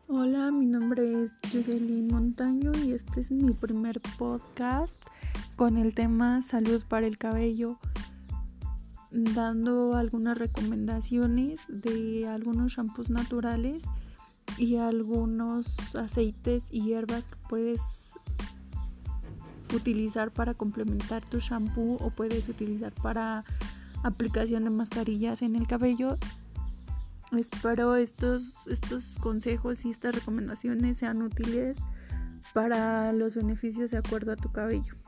Hola, mi nombre es Jocelyn Montaño y este es mi primer podcast con el tema salud para el cabello, dando algunas recomendaciones de algunos shampoos naturales y algunos aceites y hierbas que puedes utilizar para complementar tu shampoo o puedes utilizar para aplicación de mascarillas en el cabello. Espero estos consejos y estas recomendaciones sean útiles para los beneficios de acuerdo a tu cabello.